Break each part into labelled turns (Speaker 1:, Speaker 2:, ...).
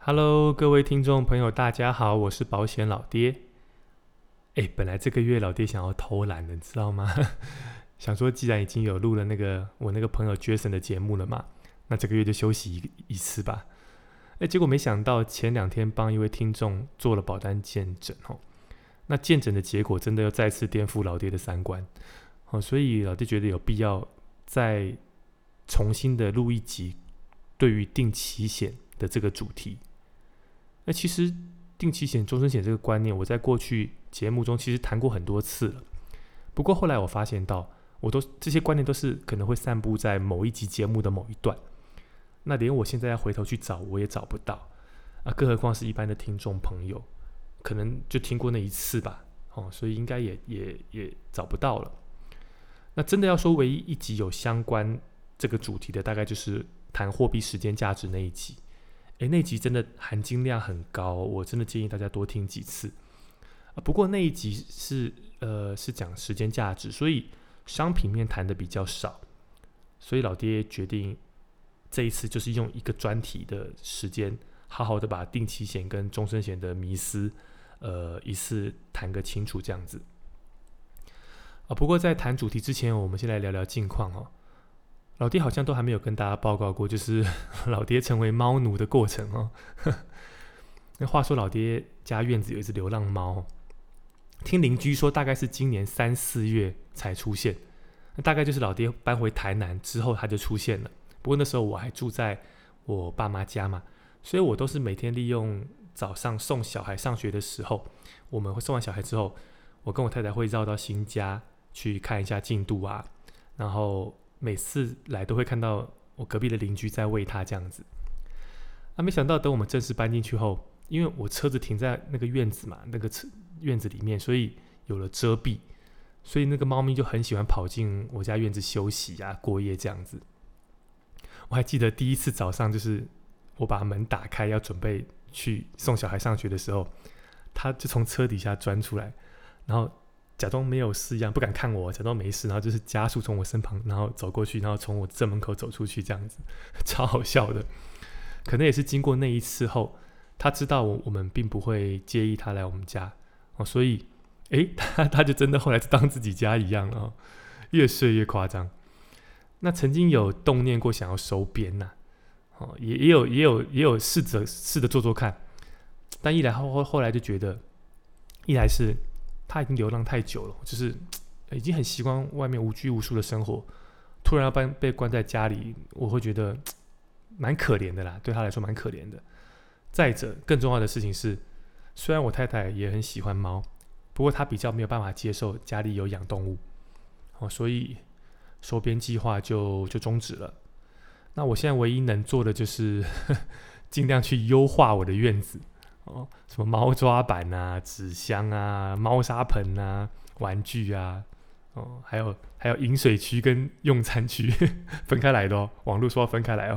Speaker 1: Hello，各位听众朋友，大家好，我是保险老爹。本来这个月老爹想要偷懒的，你知道吗？想说既然已经有录了我那个朋友 Jason 的节目了嘛，那这个月就休息一次吧。结果没想到前2天帮一位听众做了保单健诊那健诊的结果真的又再次颠覆老爹的三观所以老爹觉得有必要再重新的录一集对于定期险的这个主题。其实定期险、终身险这个观念，我在过去节目中其实谈过很多次了。不过后来我发现到，这些观念都是可能会散布在某一集节目的某一段，那连我现在要回头去找，我也找不到更何况是一般的听众朋友，可能就听过那一次吧，所以应该也找不到了。那真的要说唯一一集有相关这个主题的，大概就是谈货币时间价值那一集。那集真的含金量很高，我真的建议大家多听几次。不过那一集是讲时间价值，所以商品面谈的比较少，所以老爹决定这一次就是用一个专题的时间，好好的把定期险跟终身险的迷思，一次谈个清楚这样子。不过在谈主题之前，我们先来聊聊近况老爹好像都还没有跟大家报告过，就是老爹成为猫奴的过程那话说，老爹家院子有一只流浪猫，听邻居说大概是今年3、4月才出现，那大概就是老爹搬回台南之后它就出现了。不过那时候我还住在我爸妈家嘛，所以我都是每天利用早上送小孩上学的时候，我们会送完小孩之后，我跟我太太会绕到新家去看一下进度啊，然后每次来都会看到我隔壁的邻居在喂它这样子。没想到等我们正式搬进去后，因为我车子停在那个院子嘛，那个院子里面，所以有了遮蔽，所以那个猫咪就很喜欢跑进我家院子休息啊、过夜这样子。我还记得第一次早上，就是我把门打开要准备去送小孩上学的时候，它就从车底下钻出来，然后假装没有事一样，不敢看我，假装没事，然后就是加速从我身旁，然后走过去，然后从我正门口走出去，这样子，超好笑的。可能也是经过那一次后，他知道我们并不会介意他来我们家所以他就真的后来就当自己家一样了越睡越夸张。那曾经有动念过想要收编也有试着做做看，但一来后来就觉得，一来是他已经流浪太久了，就是已经很习惯外面无拘无束的生活，突然要被关在家里，我会觉得蛮可怜的啦，对他来说蛮可怜的。再者，更重要的事情是，虽然我太太也很喜欢猫，不过她比较没有办法接受家里有养动物所以收编计划就终止了。那我现在唯一能做的就是尽量去优化我的院子什么猫抓板啊、纸箱啊、猫砂盆啊、玩具啊还有饮水区跟用餐区分开来的网络说要分开来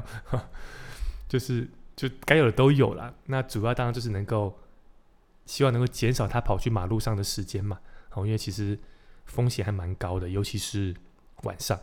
Speaker 1: 就该有的都有啦。那主要当然就是希望能够减少它跑去马路上的时间嘛因为其实风险还蛮高的，尤其是晚上。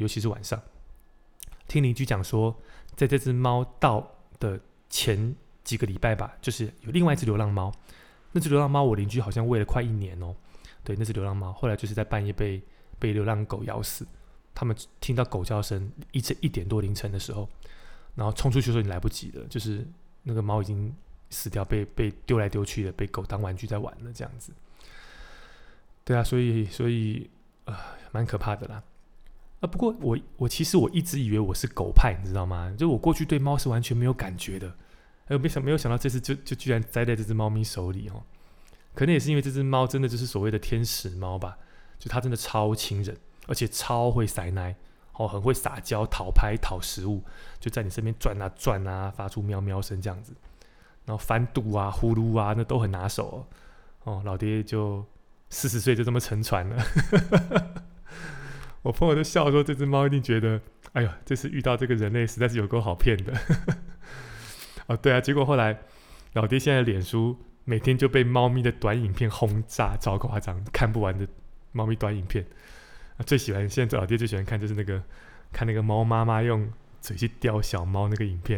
Speaker 1: 听邻居讲说，在这只猫到的前几个礼拜吧，就是有另外一只流浪猫，那只流浪猫我邻居好像喂了快1年对，那只流浪猫后来就是在半夜被流浪狗咬死，他们听到狗叫声1点多凌晨的时候，然后冲出去的时候已经来不及了，就是那个猫已经死掉，被丢来丢去的，被狗当玩具在玩了这样子。对啊，所以蛮可怕的啦。不过其实我一直以为我是狗派，你知道吗？就我过去对猫是完全没有感觉的，没有想到这次就居然栽在这只猫咪手里可能也是因为这只猫真的就是所谓的天使猫吧，就它真的超亲人，而且超会塞奶很会撒娇、讨拍、讨食物，就在你身边转啊转啊，发出喵喵声这样子，然后翻肚啊、呼噜啊，那都很拿手老爹就40岁就这么沉船了我朋友就笑说，这只猫一定觉得，哎呦，这次遇到这个人类实在是有够好骗的对啊，结果后来老爹现在的脸书每天就被猫咪的短影片轰炸，超夸张，看不完的猫咪短影片。现在老爹最喜欢看就是看那个猫妈妈用嘴去叼小猫那个影片，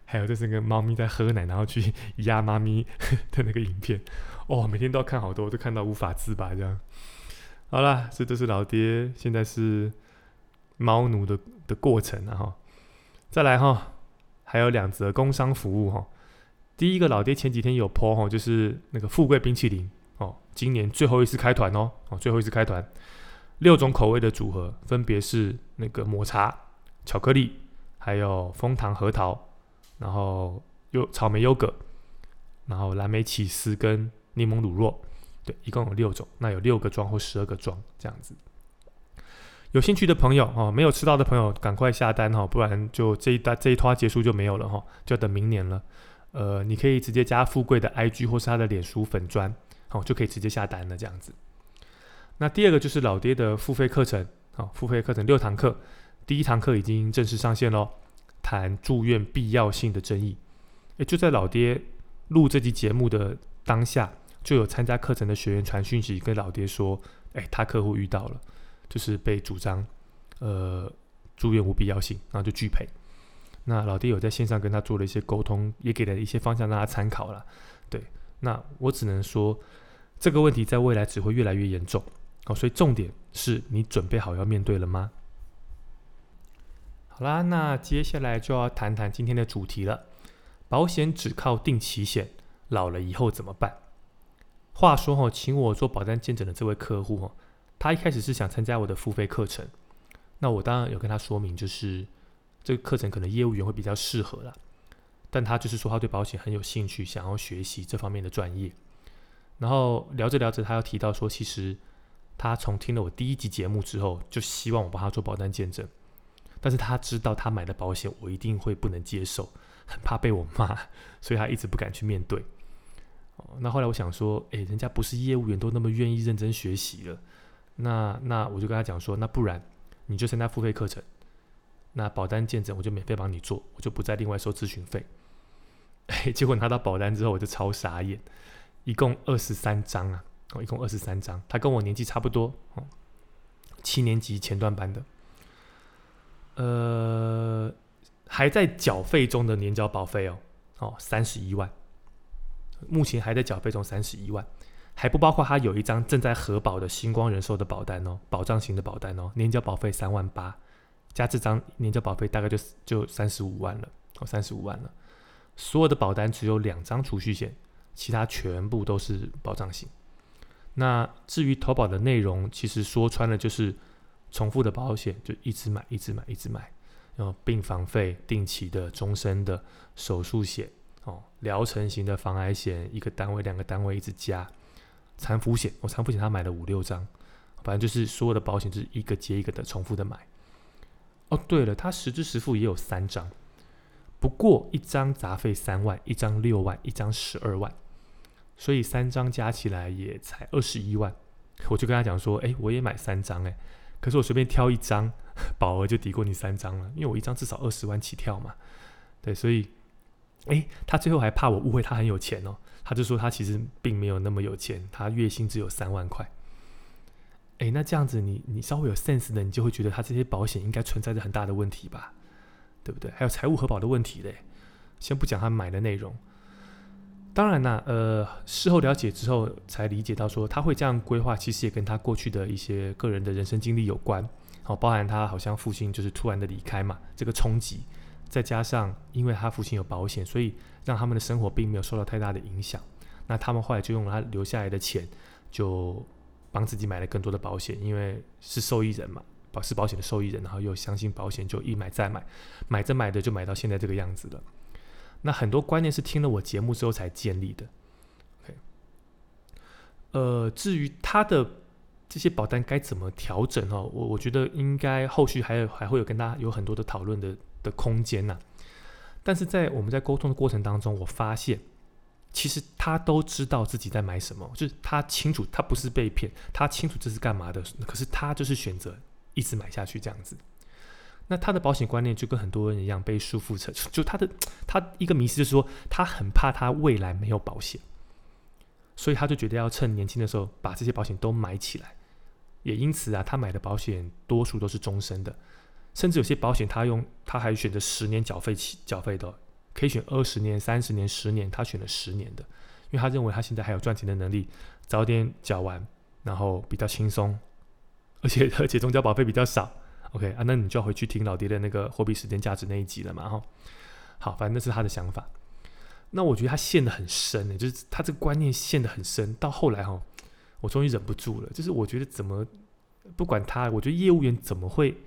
Speaker 1: 还有就是那个猫咪在喝奶，然后去压妈咪的那个影片，每天都要看好多，我都看到无法自拔这样。好啦，这都是老爹现在是猫奴的过程啊。再来还有2则工商服务第一个老爹前几天有 po 就是那个富贵冰淇淋今年最后一次开团最后一次开团，6种口味的组合，分别是那个抹茶、巧克力，还有枫糖核桃，然后草莓优格，然后蓝莓起司跟柠檬乳酪，对，一共有6种，那有6个装或12个装这样子。有兴趣的朋友没有吃到的朋友赶快下单不然就这一拖结束就没有了就要等明年了。你可以直接加富贵的 IG 或是他的脸书粉专就可以直接下单了这样子。那第二个就是老爹的付费课程付费课程6堂课，第1堂课已经正式上线咯，谈住院必要性的争议。就在老爹录这集节目的当下，就有参加课程的学员传讯息跟老爹说，他客户遇到了，就是被主张住院无必要性，然后就拒赔。那老爹有在线上跟他做了一些沟通，也给了一些方向让他参考啦。对，那我只能说这个问题在未来只会越来越严重所以重点是你准备好要面对了吗？好啦，那接下来就要谈谈今天的主题了，保险只靠定期险，老了以后怎么办？话说请我做保单见诊的这位客户他一开始是想参加我的付费课程，那我当然有跟他说明，就是这个课程可能业务员会比较适合啦，但他就是说他对保险很有兴趣，想要学习这方面的专业。然后聊着聊着，他要提到说，其实他从听了我第1集节目之后，就希望我帮他做保单见证，但是他知道他买的保险我一定会不能接受，很怕被我骂，所以他一直不敢去面对。那后来我想说，人家不是业务员都那么愿意认真学习了，那我就跟他讲说，那不然你就参加付费课程，那保单见证我就免费帮你做，我就不再另外收咨询费。结果拿到保单之后我就超傻眼，一共23张啊，一共23张，他跟我年纪差不多，7年级前段班的，还在缴费中的年缴保费31万，目前还在缴费中31万，还不包括他有一张正在核保的星光人寿的保单保障型的保单年缴保费3万8，加这张年缴保费大概就35万了，35万了。所有的保单只有2张储蓄险，其他全部都是保障型。那至于投保的内容，其实说穿了就是重复的保险，就一直买，一直买，一直买。病房费、定期的、终身的、手术险疗程型的防癌险，一个单位、2个单位一直加。残服险，残服险他买了5、6张，反正就是所有的保险就是一个接一个的重复的买。对了，他实支实付也有3张。不过一张杂费3万，一张6万，一张12万，所以3张加起来也才21万。我就跟他讲说，我也买3张可是我随便挑1张，保额就抵过你3张了，因为我1张至少20万起跳嘛。对，所以他最后还怕我误会他很有钱他就说他其实并没有那么有钱，他月薪只有3万块。那这样子你稍微有 sense 的，你就会觉得他这些保险应该存在着很大的问题吧，对不对？还有财务核保的问题嘞，先不讲他买的内容。当然啦，事后了解之后才理解到说，他会这样规划，其实也跟他过去的一些个人的人生经历有关。包含他好像父亲就是突然的离开嘛，这个冲击，再加上因为他父亲有保险，所以让他们的生活并没有受到太大的影响。那他们后来就用了他留下来的钱，就帮自己买了更多的保险，因为是受益人嘛，是保险的受益人，然后又相信保险，就一买再买，买着买的就买到现在这个样子了。那很多观念是听了我节目之后才建立的。至于他的这些保单该怎么调整我觉得应该后续还会有跟大家有很多的讨论的空间呐。但是在我们在沟通的过程当中，我发现其实他都知道自己在买什么，就是他清楚，他不是被骗，他清楚这是干嘛的，可是他就是选择一直买下去这样子。那他的保险观念就跟很多人一样被束缚成，就他一个迷思就是说，他很怕他未来没有保险，所以他就觉得要趁年轻的时候把这些保险都买起来。也因此他买的保险多数都是终身的，甚至有些保险他还选择10年缴费的， 可以选20年、30年、10年，他选了10年的，因为他认为他现在还有赚钱的能力，早点缴完，然后比较轻松，而且中交保费比较少。OK 啊，那你就要回去听老爹的那个货币时间价值那一集了嘛，哈。好，反正那是他的想法。那我觉得他陷得很深，就是他这个观念陷得很深。到后来哈，我终于忍不住了，就是我觉得怎么不管他，我觉得业务员怎么会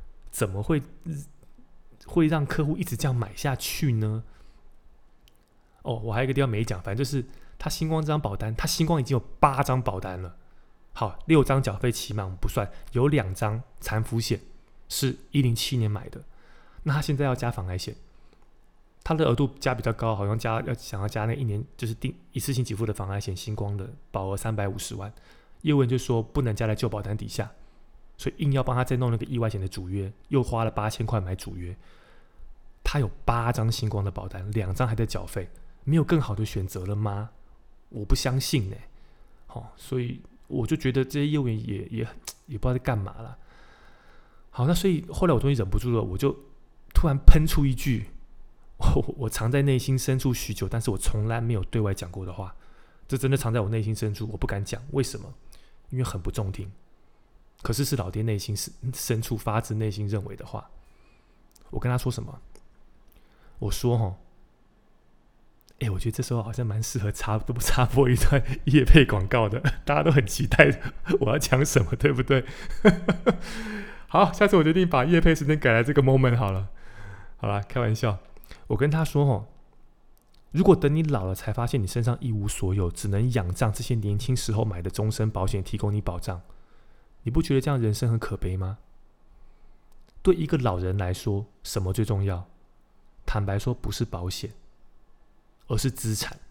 Speaker 1: 让客户一直这样买下去呢？哦，我还有一个地方没讲，反正就是他星光这张保单，他星光已经有8张保单了。好，6张缴费期满我们不算，有2张残扶险是107年买的，那他现在要加防癌险，他的额度加比较高，好像想要加那1年就是一次性给付的防癌险，星光的保额350万，业务员就说不能加在旧保单底下，所以硬要帮他再弄那个意外险的主约，又花了8000块买主约。他有8张星光的保单，2张还在缴费，没有更好的选择了吗？我不相信呢。所以我就觉得这些业务员也不知道在干嘛了。好，那所以后来我终于忍不住了，我就突然喷出一句我藏在内心深处许久，但是我从来没有对外讲过的话，这真的藏在我内心深处，我不敢讲。为什么？因为很不中听，可是老爹内心深处发自内心认为的话。我跟他说什么？我说我觉得这时候好像蛮适合插播一段业配广告的，大家都很期待我要讲什么，对不对？好，下次我决定把业配时间改来这个 moment 好了。好啦，开玩笑。我跟他说如果等你老了才发现你身上一无所有，只能仰仗这些年轻时候买的终身保险提供你保障，你不觉得这样人生很可悲吗？对一个老人来说，什么最重要？坦白说，不是保险，而是资产。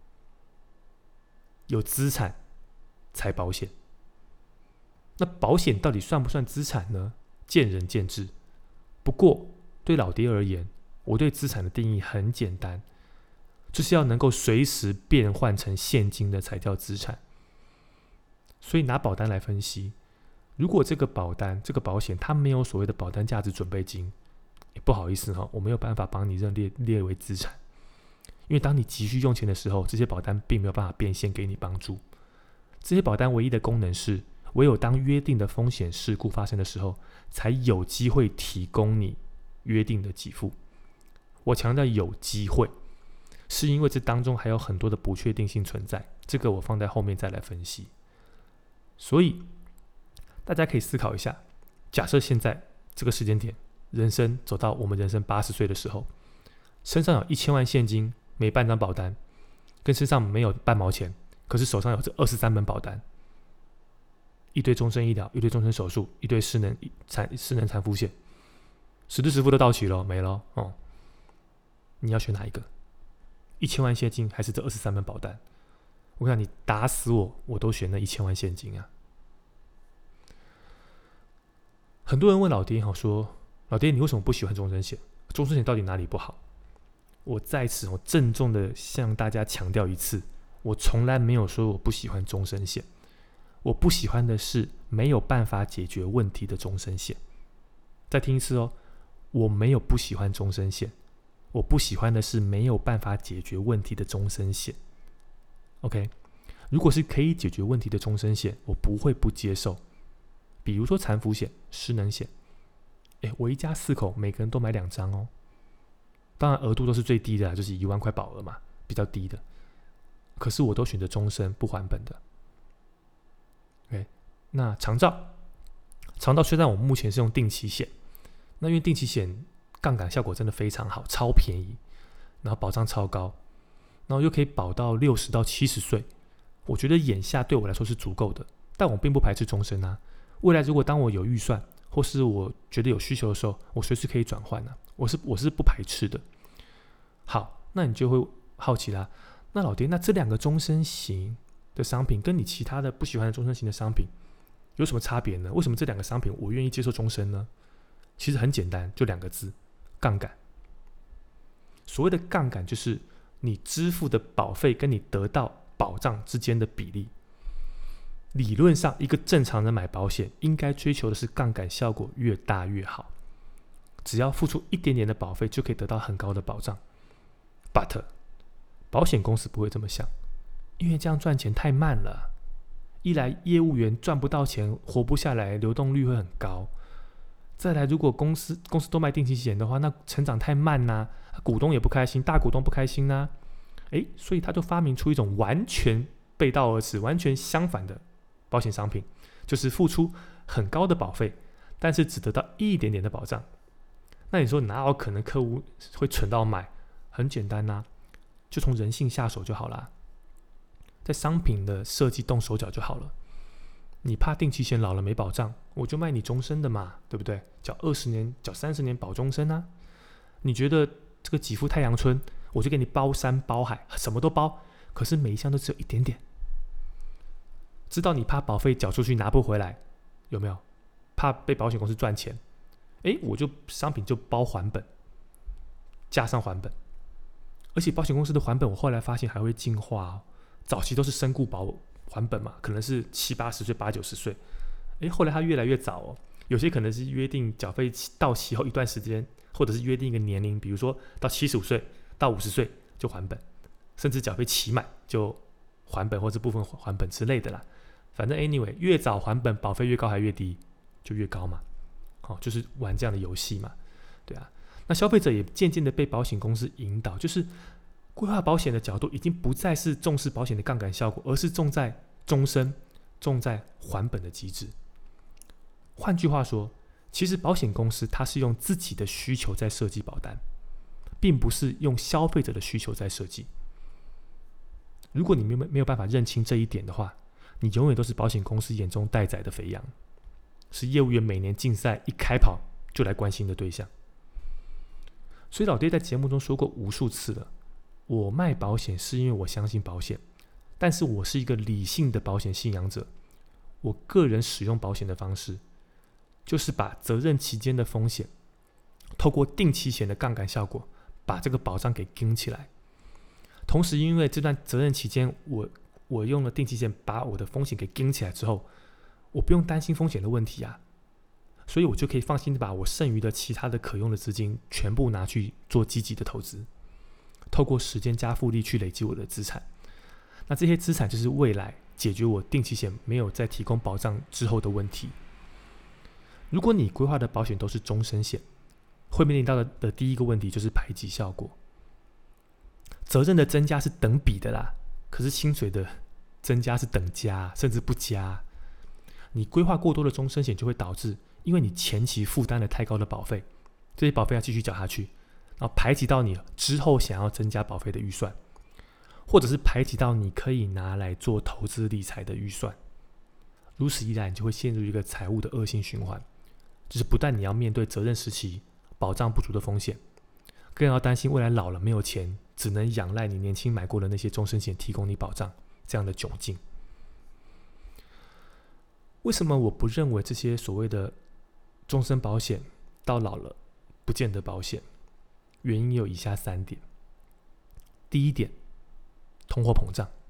Speaker 1: 有资产才保险。那保险到底算不算资产呢？见仁见智。不过对老爹而言，我对资产的定义很简单，就是要能够随时变换成现金的才叫资产。所以拿保单来分析，如果这个保单、这个保险它没有所谓的保单价值准备金，不好意思我没有办法帮你列为资产，因为当你急需用钱的时候，这些保单并没有办法变现给你帮助。这些保单唯一的功能是，唯有当约定的风险事故发生的时候，才有机会提供你约定的给付。我强调有机会，是因为这当中还有很多的不确定性存在，这个我放在后面再来分析。所以大家可以思考一下，假设现在这个时间点，人生走到我们人生80岁的时候，身上有1000万现金，没半张保单，跟身上没有半毛钱，可是手上有这23本保单，一堆终身医疗，一堆终身手术，一堆失能残扶险，实支实付都到齐了，没了你要选哪一个？1000万现金还是这23本保单？我想你打死我都选那1000万现金啊！很多人问老爹说，老爹你为什么不喜欢终身险？终身险到底哪里不好？我在此郑重的向大家强调一次，我从来没有说我不喜欢终身险，我不喜欢的是没有办法解决问题的终身险。再听一次我没有不喜欢终身险，我不喜欢的是没有办法解决问题的终身险。OK， 如果是可以解决问题的终身险，我不会不接受。比如说残扶险、失能险，我一家4口，每个人都买2张当然额度都是最低的就是1万块保额嘛，比较低的。可是我都选择终身不还本的。OK， 那长照虽然我目前是用定期险，那因为定期险杠杆效果真的非常好，超便宜，然后保障超高，然后又可以保到60到70岁，我觉得眼下对我来说是足够的。但我并不排斥终身啊，未来如果当我有预算或是我觉得有需求的时候，我随时可以转换我是不排斥的。好，那你就会好奇啦，那老爹，那这2个终身型的商品跟你其他的不喜欢的终身型的商品有什么差别呢？为什么这2个商品我愿意接受终身呢？其实很简单，就2个字：杠杆。所谓的杠杆就是你支付的保费跟你得到保障之间的比例。理论上，一个正常人买保险应该追求的是杠杆效果越大越好，只要付出一点点的保费就可以得到很高的保障。 But 保险公司不会这么想，因为这样赚钱太慢了。一来业务员赚不到钱，活不下来，流动率会很高。再来，如果公司都卖定期险的话，那成长太慢啊，股东也不开心，大股东不开心啊。所以他就发明出一种完全背道而驰、完全相反的保险商品，就是付出很高的保费，但是只得到一点点的保障。那你说哪有可能客户会蠢到买？很简单啊，就从人性下手就好啦，在商品的设计动手脚就好了。你怕定期险老了没保障，我就卖你终身的嘛，对不对？缴20年、缴30年保终身啊。你觉得这个几副太阳春，我就给你包山包海，什么都包，可是每一项都只有一点点。知道你怕保费缴出去拿不回来，有没有？怕被保险公司赚钱，我就商品就包还本，加上还本。而且保险公司的还本，我后来发现还会进化哦。早期都是身故保还本嘛，可能是70、80岁、80、90岁。后来它越来越早哦，有些可能是约定缴费到期后一段时间，或者是约定一个年龄，比如说到75岁到50岁就还本，甚至缴费期满就还本或者部分还本之类的啦。反正 anyway， 越早还本保费越高还越低，就越高嘛。就是玩这样的游戏嘛，对啊。那消费者也渐渐的被保险公司引导，就是规划保险的角度已经不再是重视保险的杠杆效果，而是重在终身、重在还本的机制。换句话说，其实保险公司它是用自己的需求在设计保单，并不是用消费者的需求在设计。如果你没有办法认清这一点的话，你永远都是保险公司眼中待宰的肥羊，是业务员每年竞赛一开跑就来关心的对象。所以老爹在节目中说过无数次了，我卖保险是因为我相信保险，但是我是一个理性的保险信仰者。我个人使用保险的方式，就是把责任期间的风险，透过定期险的杠杆效果，把这个保障给盯起来。同时，因为这段责任期间，我用了定期险把我的风险给盯起来之后，我不用担心风险的问题啊。所以我就可以放心的把我剩余的其他的可用的资金全部拿去做积极的投资，透过时间加复利去累积我的资产。那这些资产就是未来解决我定期险没有再提供保障之后的问题。如果你规划的保险都是终身险，会面临到的第一个问题就是排挤效果。责任的增加是等比的啦，可是薪水的增加是等加，甚至不加。你规划过多的终身险就会导致，因为你前期负担了太高的保费，这些保费要继续缴下去，然后排挤到你之后想要增加保费的预算，或者是排挤到你可以拿来做投资理财的预算。如此一来，你就会陷入一个财务的恶性循环，就是不但你要面对责任时期保障不足的风险，更要担心未来老了没有钱，只能仰赖你年轻买过的那些终身险提供你保障，这样的窘境。为什么我不认为这些所谓的终身保险到老了不见得保险？原因有以下3点。第一点，通货膨胀。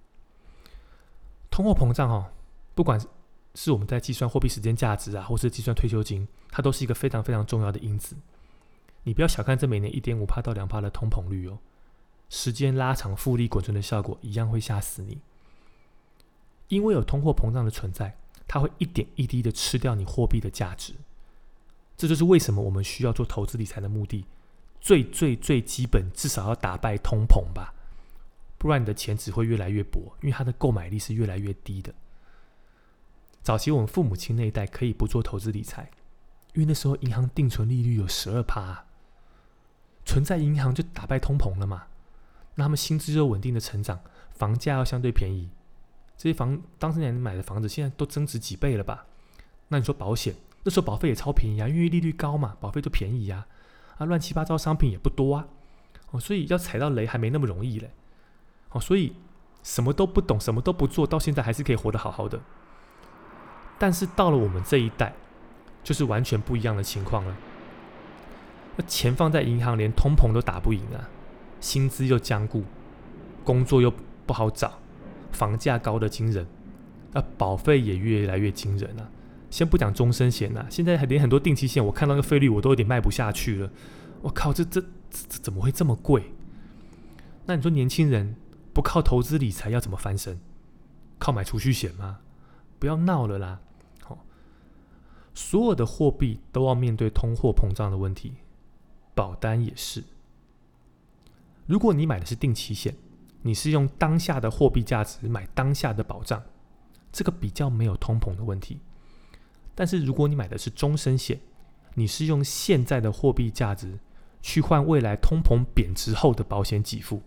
Speaker 1: 通货膨胀不管是我们在计算货币时间价值啊，或是计算退休金，它都是一个非常非常重要的因子。你不要小看这每年 1.5% 到 2% 的通膨率哦，时间拉长复利滚存的效果一样会吓死你。因为有通货膨胀的存在，它会一点一滴的吃掉你货币的价值。这就是为什么我们需要做投资理财的目的，最基本至少要打败通膨吧，不然你的钱只会越来越薄，因为它的购买力是越来越低的。早期我们父母亲那一代可以不做投资理财，因为那时候银行定存利率有 12%，存在银行就打败通膨了嘛。那他们薪资又稳定的成长，房价要相对便宜，这些当时年买的房子现在都增值几倍了吧？那你说保险，那时候保费也超便宜啊，因为利率高嘛，保费就便宜啊，乱七八糟商品也不多啊，所以要踩到雷还没那么容易嘞。所以什么都不懂，什么都不做，到现在还是可以活得好好的。但是到了我们这一代，就是完全不一样的情况了。那钱放在银行，连通膨都打不赢啊，薪资又僵固，工作又不好找，房价高得惊人，保费也越来越惊人啊。先不讲终身险啊，现在连很多定期险，我看到那个费率我都有点卖不下去了。我靠，这怎么会这么贵？ 那你说年轻人不靠投资理财要怎么翻身？靠买储蓄险吗？不要闹了啦！所有的货币都要面对通货膨胀的问题，保单也是。如果你买的是定期险，你是用当下的货币价值买当下的保障，这个比较没有通膨的问题。但是如果你买的是终身险，你是用现在的货币价值去换未来通膨贬值后的保险给付，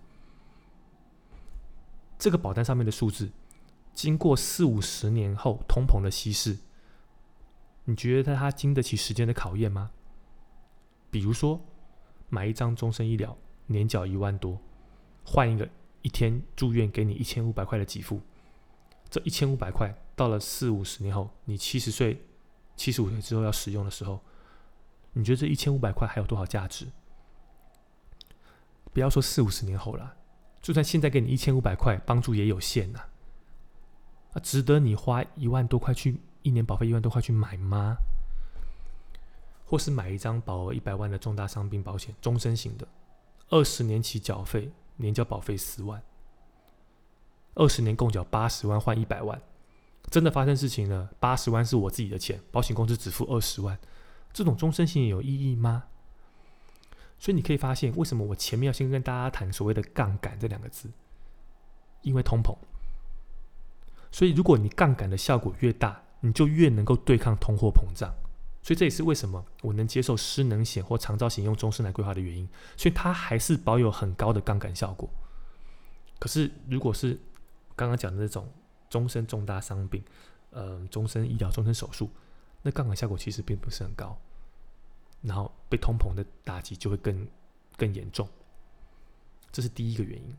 Speaker 1: 这个保单上面的数字经过40-50年后通膨的稀释，你觉得它经得起时间的考验吗？比如说买一张终身医疗，年缴1万多，换一个一天住院给你1500块的给付，这1500块到了40-50年后，你70岁、75岁之后要使用的时候，你觉得这1500块还有多少价值？不要说40-50年后啦，就算现在给你1500块，帮助也有限呐。值得你花1万多块去一年保费1万多块去买吗？或是买一张保额100万的重大伤病保险，终身型的，20年期缴费，年交保费10万，20年共缴80万换100万，真的发生事情了，80万是我自己的钱，保险公司只付20万，这种终身型有意义吗？所以你可以发现，为什么我前面要先跟大家谈所谓的杠杆这2个字，因为通膨。所以如果你杠杆的效果越大，你就越能够对抗通货膨胀。所以这也是为什么我能接受失能险或长照险用终身来规划的原因，所以它还是保有很高的杠杆效果。可是如果是刚刚讲的那种终身重大伤病、终身医疗、终身手术，那杠杆效果其实并不是很高，然后被通膨的打击就会更严重。这是第一个原因。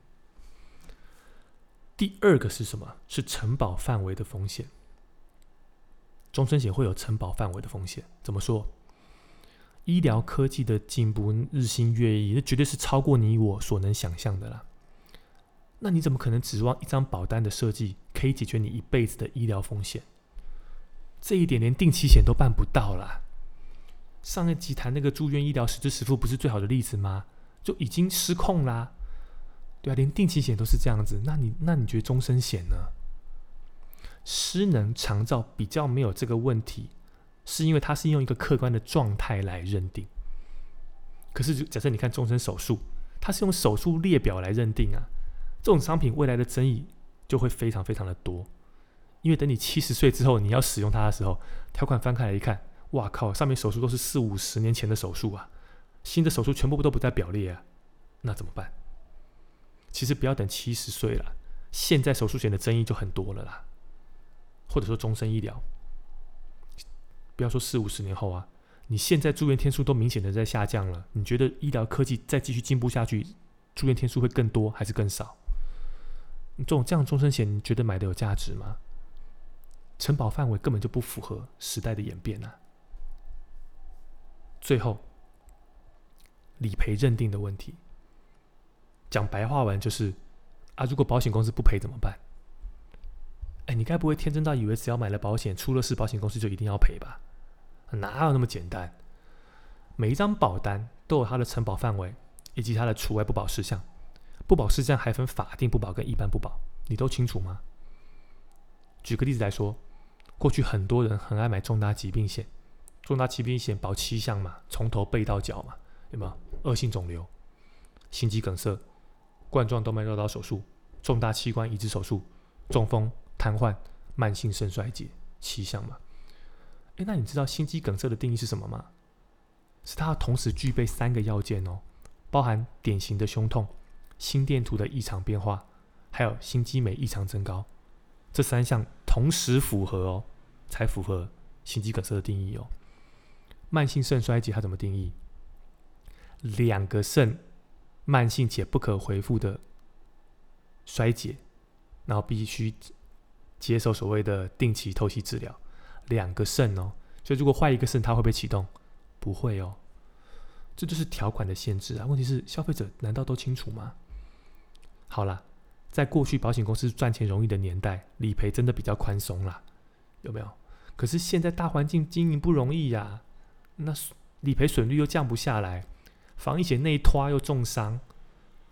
Speaker 1: 第二个是什么？是承保范围的风险。终身险会有承保范围的风险，怎么说？医疗科技的进步日新月异，这绝对是超过你我所能想象的啦。那你怎么可能指望一张保单的设计可以解决你一辈子的医疗风险？这一点连定期险都办不到啦。上一集谈那个住院医疗实支实付不是最好的例子吗？就已经失控啦。对啊，连定期险都是这样子，那你觉得终身险呢？失能长照比较没有这个问题，是因为它是用一个客观的状态来认定。可是假设你看终身手术，它是用手术列表来认定啊，这种商品未来的争议就会非常非常的多。因为等你70岁之后，你要使用它的时候，条款翻开来一看，哇靠，上面手术都是40-50年前的手术啊，新的手术全部都不在表列啊，那怎么办？其实不要等70岁啦，现在手术险的争议就很多了啦。或者说终身医疗，不要说40-50年后啊，你现在住院天数都明显的在下降了，你觉得医疗科技再继续进步下去，住院天数会更多还是更少？这样的终身险，你觉得买的有价值吗？承保范围根本就不符合时代的演变啊。最后，理赔认定的问题，讲白话文就是如果保险公司不赔怎么办？你该不会天真到以为只要买了保险，出了事保险公司就一定要赔吧？哪有那么简单？每一张保单都有它的承保范围以及它的除外不保事项，不保事项还分法定不保跟一般不保，你都清楚吗？举个例子来说，过去很多人很爱买重大疾病险，重大疾病险保7项嘛，从头背到脚嘛，有没有？恶性肿瘤、心肌梗塞、冠状动脉绕道手术、重大器官移植手术、中风、瘫痪、慢性肾衰竭，7项嘛。那你知道心肌梗塞的定义是什么吗？是它要同时具备3个要件哦，包含典型的胸痛、心电图的异常变化，还有心肌酶异常增高，这3项同时符合哦，才符合心肌梗塞的定义哦。慢性肾衰竭它怎么定义？2个肾慢性且不可恢复的衰竭，然后必须接受所谓的定期透析治疗，2个肾哦，所以如果坏一个肾，它会不会启动？不会哦，这就是条款的限制啊。问题是消费者难道都清楚吗？好啦，在过去保险公司赚钱容易的年代，理赔真的比较宽松啦，有没有？可是现在大环境经营不容易呀，那理赔损率又降不下来，防疫险那一拖又重伤，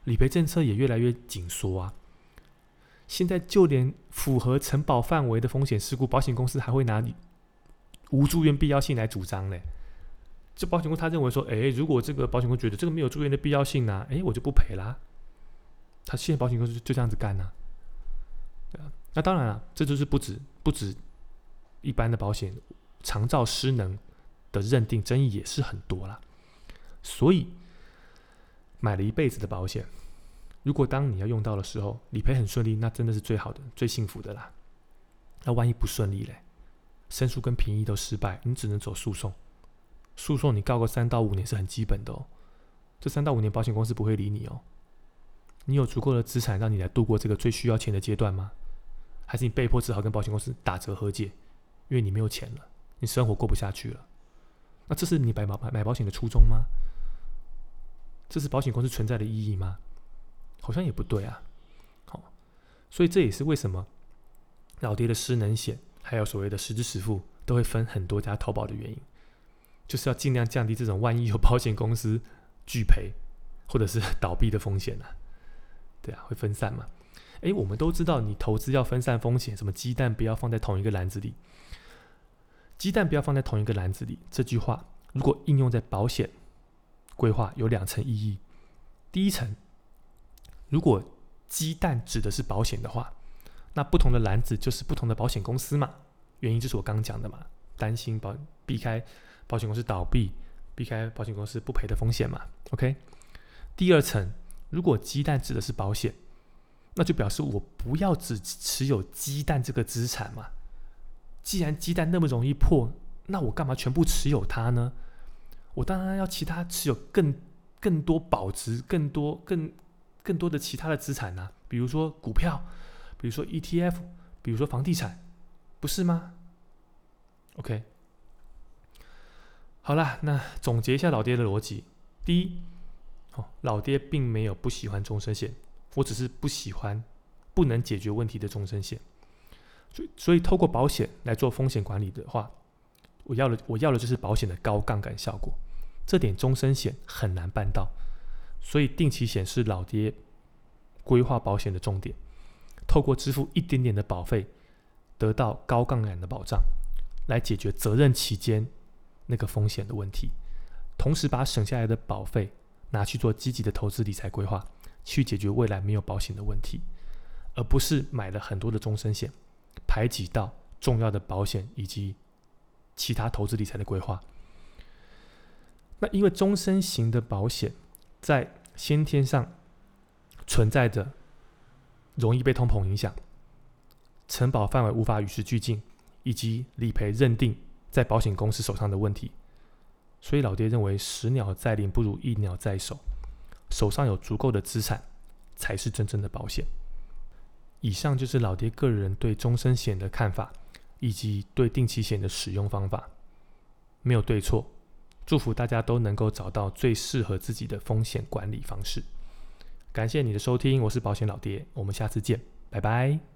Speaker 1: 理赔政策也越来越紧缩啊。现在就连符合承保范围的风险事故，保险公司还会拿无住院必要性来主张嘞。这保险公司他认为说，如果这个保险公司觉得这个没有住院的必要性啊，我就不赔啦。他现在保险公司就这样子干啊。对啊，那当然了，这就是不止一般的保险，长照失能的认定争议也是很多啦。所以买了一辈子的保险，如果当你要用到的时候，理赔很顺利，那真的是最好的、最幸福的啦。那万一不顺利嘞，申诉跟评议都失败，你只能走诉讼。诉讼你告个3到5年是很基本的哦。这3到5年保险公司不会理你哦。你有足够的资产让你来度过这个最需要钱的阶段吗？还是你被迫只好跟保险公司打折和解，因为你没有钱了，你生活过不下去了？那这是你买保险的初衷吗？这是保险公司存在的意义吗？好像也不对啊。所以这也是为什么老爹的失能险还有所谓的实支实付都会分很多家投保的原因，就是要尽量降低这种万一有保险公司拒赔或者是倒闭的风险啊。对啊，会分散嘛。我们都知道你投资要分散风险，什么鸡蛋不要放在同一个篮子里。鸡蛋不要放在同一个篮子里这句话，如果应用在保险规划有2层意义。第一层，如果鸡蛋指的是保险的话，那不同的篮子就是不同的保险公司嘛。原因就是我刚刚讲的嘛，担心避开保险公司倒闭，避开保险公司不赔的风险嘛。OK。第二层，如果鸡蛋指的是保险，那就表示我不要只持有鸡蛋这个资产嘛。既然鸡蛋那么容易破，那我干嘛全部持有它呢？我当然要其他持有更多保值、更多的其他的资产啊，比如说股票，比如说 ETF， 比如说房地产，不是吗 ？OK， 好啦，那总结一下老爹的逻辑。第一，老爹并没有不喜欢终身险，我只是不喜欢不能解决问题的终身险。所以透过保险来做风险管理的话，我要的就是保险的高杠杆效果，这点终身险很难办到。所以定期险是老爹规划保险的重点，透过支付一点点的保费，得到高杠杆的保障，来解决责任期间那个风险的问题，同时把省下来的保费拿去做积极的投资理财规划，去解决未来没有保险的问题，而不是买了很多的终身险，排挤到重要的保险以及其他投资理财的规划。那因为终身型的保险在先天上存在着容易被通膨影响、承保范围无法与时俱进，以及理赔认定在保险公司手上的问题，所以老爹认为10鸟在林不如1鸟在手，手上有足够的资产才是真正的保险。以上就是老爹个人对终身险的看法，以及对定期险的使用方法，没有对错，祝福大家都能够找到最适合自己的风险管理方式。感谢你的收听，我是保险老爹，我们下次见，拜拜。